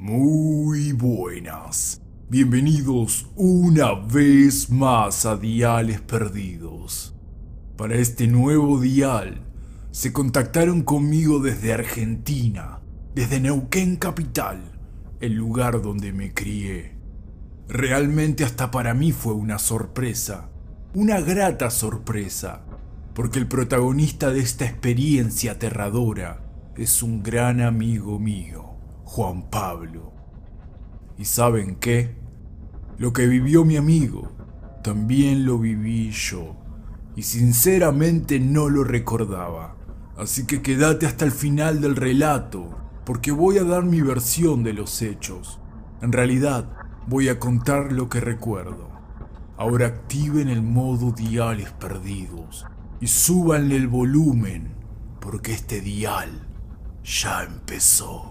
Muy buenas. Bienvenidos una vez más a Diales Perdidos. Para este nuevo dial, se contactaron conmigo desde Argentina, desde Neuquén capital, el lugar donde me crié. Realmente hasta para mí fue una sorpresa, una grata sorpresa, porque el protagonista de esta experiencia aterradora es un gran amigo mío, Juan Pablo. ¿Y saben qué? Lo que vivió mi amigo, también lo viví yo. Y sinceramente no lo recordaba. Así que quédate hasta el final del relato, porque voy a dar mi versión de los hechos. En realidad, voy a contar lo que recuerdo. Ahora activen el modo Diales Perdidos y súbanle el volumen, porque este dial ya empezó.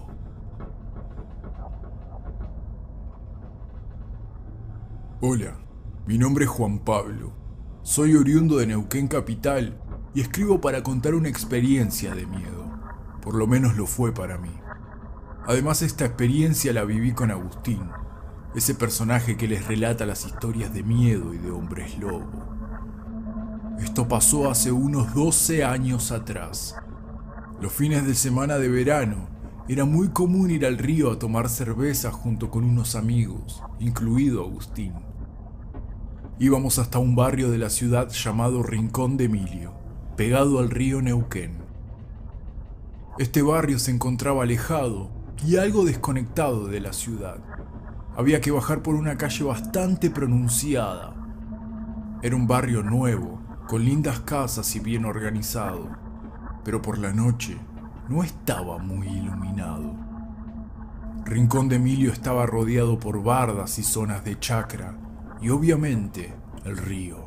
Hola, mi nombre es Juan Pablo. Soy oriundo de Neuquén capital y escribo para contar una experiencia de miedo. Por lo menos lo fue para mí. Además, esta experiencia la viví con Agustín, ese personaje que les relata las historias de miedo y de hombres lobo. Esto pasó hace unos 12 años atrás. Los fines de semana de verano era muy común ir al río a tomar cerveza junto con unos amigos, incluido Agustín. Íbamos hasta un barrio de la ciudad llamado Rincón de Emilio, pegado al río Neuquén. Este barrio se encontraba alejado y algo desconectado de la ciudad. Había que bajar por una calle bastante pronunciada. Era un barrio nuevo, con lindas casas y bien organizado, pero por la noche no estaba muy iluminado. Rincón de Emilio estaba rodeado por bardas y zonas de chacra, y obviamente el río.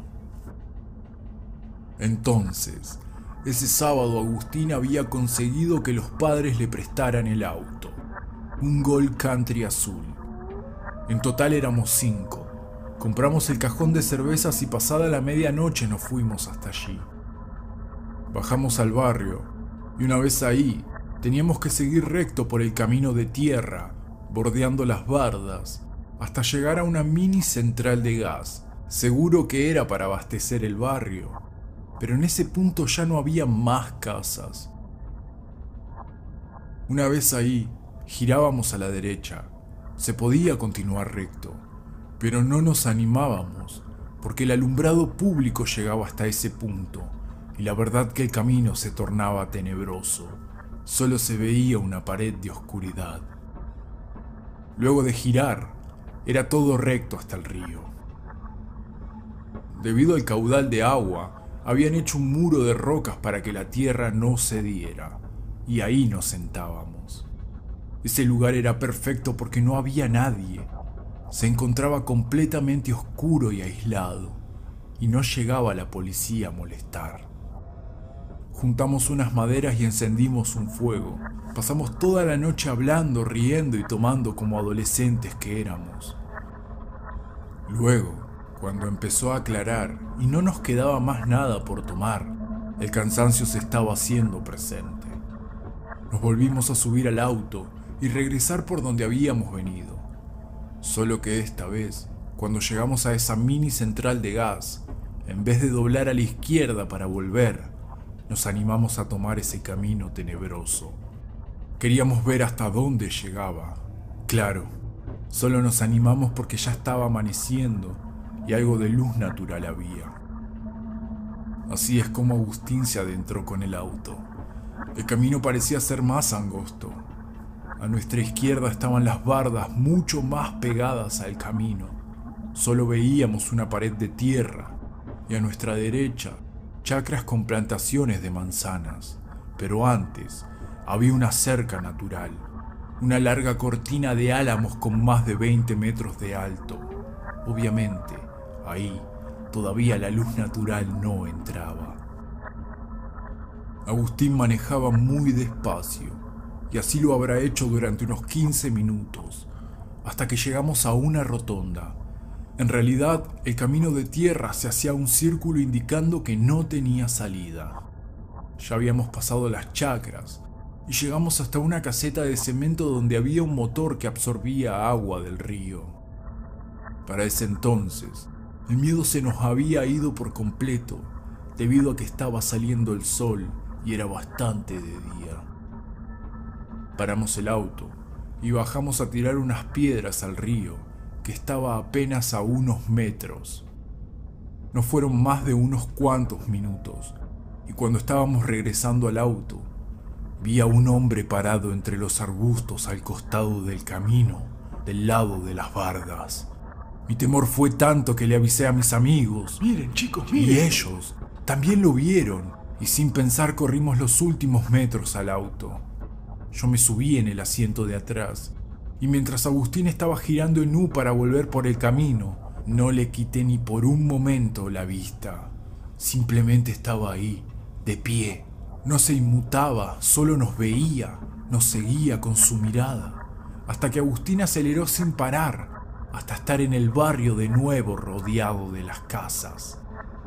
Entonces, ese sábado Agustín había conseguido que los padres le prestaran el auto, un Gol Country azul. En total éramos 5. Compramos el cajón de cervezas y pasada la medianoche nos fuimos hasta allí. Bajamos al barrio y una vez ahí teníamos que seguir recto por el camino de tierra, bordeando las bardas, hasta llegar a una mini central de gas. Seguro que era para abastecer el barrio, pero en ese punto ya no había más casas. Una vez ahí, girábamos a la derecha. Se podía continuar recto, pero no nos animábamos, porque el alumbrado público llegaba hasta ese punto, y la verdad que el camino se tornaba tenebroso. Solo se veía una pared de oscuridad. Luego de girar, era todo recto hasta el río. Debido al caudal de agua, habían hecho un muro de rocas para que la tierra no cediera, y ahí nos sentábamos. Ese lugar era perfecto porque no había nadie. Se encontraba completamente oscuro y aislado, y no llegaba la policía a molestar. Juntamos unas maderas y encendimos un fuego. Pasamos toda la noche hablando, riendo y tomando como adolescentes que éramos. Luego, cuando empezó a aclarar y no nos quedaba más nada por tomar, el cansancio se estaba haciendo presente. Nos volvimos a subir al auto y regresar por donde habíamos venido. Solo que esta vez, cuando llegamos a esa mini central de gas, en vez de doblar a la izquierda para volver, nos animamos a tomar ese camino tenebroso. Queríamos ver hasta dónde llegaba. Claro, solo nos animamos porque ya estaba amaneciendo y algo de luz natural había. Así es como Agustín se adentró con el auto. El camino parecía ser más angosto. A nuestra izquierda estaban las bardas mucho más pegadas al camino. Solo veíamos una pared de tierra y a nuestra derecha chacras con plantaciones de manzanas, pero antes había una cerca natural, una larga cortina de álamos con más de 20 metros de alto. Obviamente, ahí todavía la luz natural no entraba. Agustín manejaba muy despacio, y así lo habrá hecho durante unos 15 minutos, hasta que llegamos a una rotonda. En realidad, el camino de tierra se hacía un círculo indicando que no tenía salida. Ya habíamos pasado las chacras y llegamos hasta una caseta de cemento donde había un motor que absorbía agua del río. Para ese entonces, el miedo se nos había ido por completo, debido a que estaba saliendo el sol y era bastante de día. Paramos el auto y bajamos a tirar unas piedras al río, que estaba apenas a unos metros. No fueron más de unos cuantos minutos, y cuando estábamos regresando al auto, vi a un hombre parado entre los arbustos al costado del camino, del lado de las bardas. Mi temor fue tanto que le avisé a mis amigos. Miren, chicos, miren. Y ellos también lo vieron, y sin pensar corrimos los últimos metros al auto. Yo me subí en el asiento de atrás, y mientras Agustín estaba girando en U para volver por el camino, no le quité ni por un momento la vista. Simplemente estaba ahí, de pie. No se inmutaba, solo nos veía, nos seguía con su mirada, hasta que Agustín aceleró sin parar, hasta estar en el barrio de nuevo rodeado de las casas.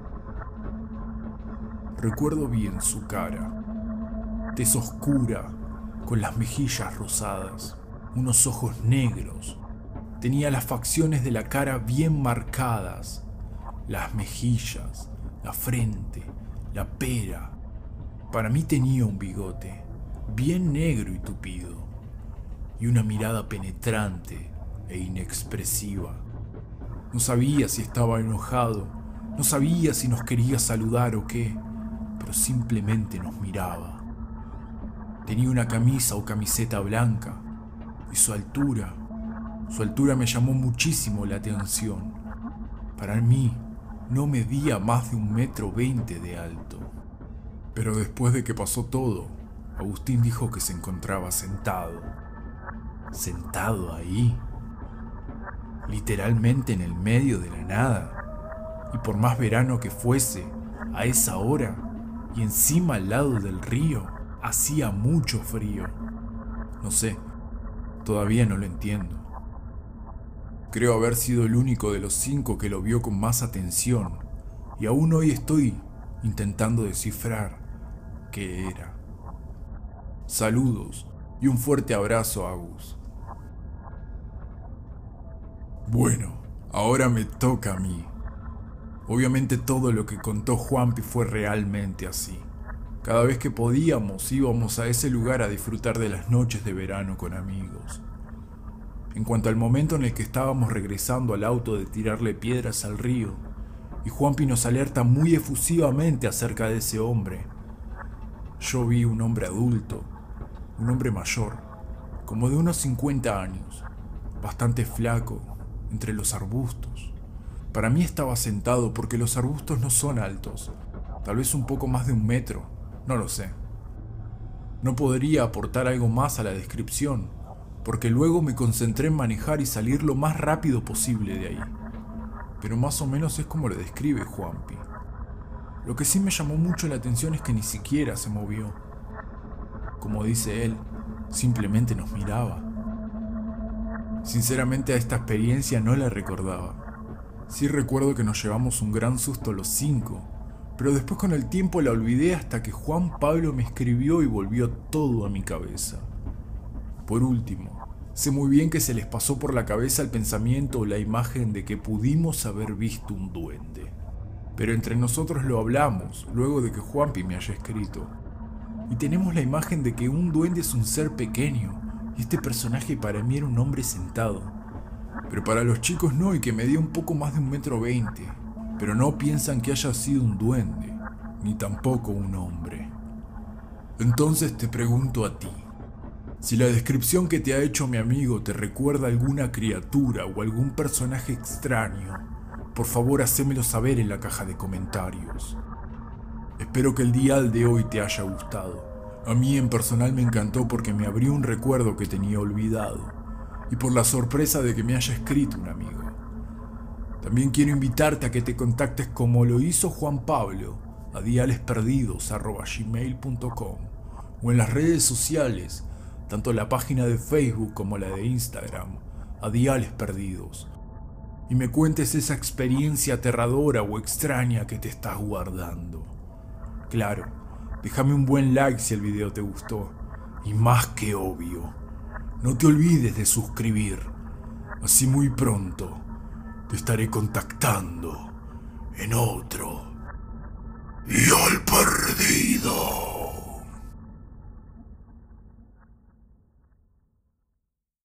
Recuerdo bien su cara, tez oscura, con las mejillas rosadas, unos ojos negros. Tenía las facciones de la cara bien marcadas, las mejillas, la frente, la pera. Para mí tenía un bigote, bien negro y tupido, y una mirada penetrante e inexpresiva. No sabía si estaba enojado, no sabía si nos quería saludar o qué, pero simplemente nos miraba. Tenía una camisa o camiseta blanca, y su altura me llamó muchísimo la atención. Para mí, no medía más de 1,20 m de alto. Pero después de que pasó todo, Agustín dijo que se encontraba sentado. ¿Sentado ahí? Literalmente en el medio de la nada. Y por más verano que fuese, a esa hora, y encima al lado del río, hacía mucho frío. No sé, todavía no lo entiendo. Creo haber sido el único de los 5 que lo vio con más atención, y aún hoy estoy intentando descifrar qué era. Saludos y un fuerte abrazo, Agus. Bueno, ahora me toca a mí. Obviamente todo lo que contó Juanpi fue realmente así. Cada vez que podíamos íbamos a ese lugar a disfrutar de las noches de verano con amigos. En cuanto al momento en el que estábamos regresando al auto de tirarle piedras al río, y Juanpi nos alerta muy efusivamente acerca de ese hombre, yo vi un hombre adulto, un hombre mayor, como de unos 50 años, bastante flaco, entre los arbustos. Para mí estaba sentado porque los arbustos no son altos, tal vez un poco más de 1 metro, no lo sé. No podría aportar algo más a la descripción, porque luego me concentré en manejar y salir lo más rápido posible de ahí. Pero más o menos es como lo describe Juanpi. Lo que sí me llamó mucho la atención es que ni siquiera se movió. Como dice él, simplemente nos miraba. Sinceramente a esta experiencia no la recordaba. Sí recuerdo que nos llevamos un gran susto los 5, pero después con el tiempo la olvidé hasta que Juan Pablo me escribió y volvió todo a mi cabeza. Por último, sé muy bien que se les pasó por la cabeza el pensamiento o la imagen de que pudimos haber visto un duende. Pero entre nosotros lo hablamos luego de que Juanpi me haya escrito. Y tenemos la imagen de que un duende es un ser pequeño, y este personaje para mí era un hombre sentado. Pero para los chicos no, y que medía un poco más de 1,20 m. Pero no piensan que haya sido un duende, ni tampoco un hombre. Entonces te pregunto a ti, si la descripción que te ha hecho mi amigo te recuerda a alguna criatura o algún personaje extraño, por favor hacémelo saber en la caja de comentarios. Espero que el dial de hoy te haya gustado. A mí en personal me encantó porque me abrió un recuerdo que tenía olvidado, y por la sorpresa de que me haya escrito un amigo. También quiero invitarte a que te contactes como lo hizo Juan Pablo a dialesperdidos@gmail.com o en las redes sociales, tanto la página de Facebook como la de Instagram, a Diales Perdidos, y me cuentes esa experiencia aterradora o extraña que te estás guardando. Claro, déjame un buen like si el video te gustó, Y más que obvio, no te olvides de suscribir. Así muy pronto te estaré contactando en otro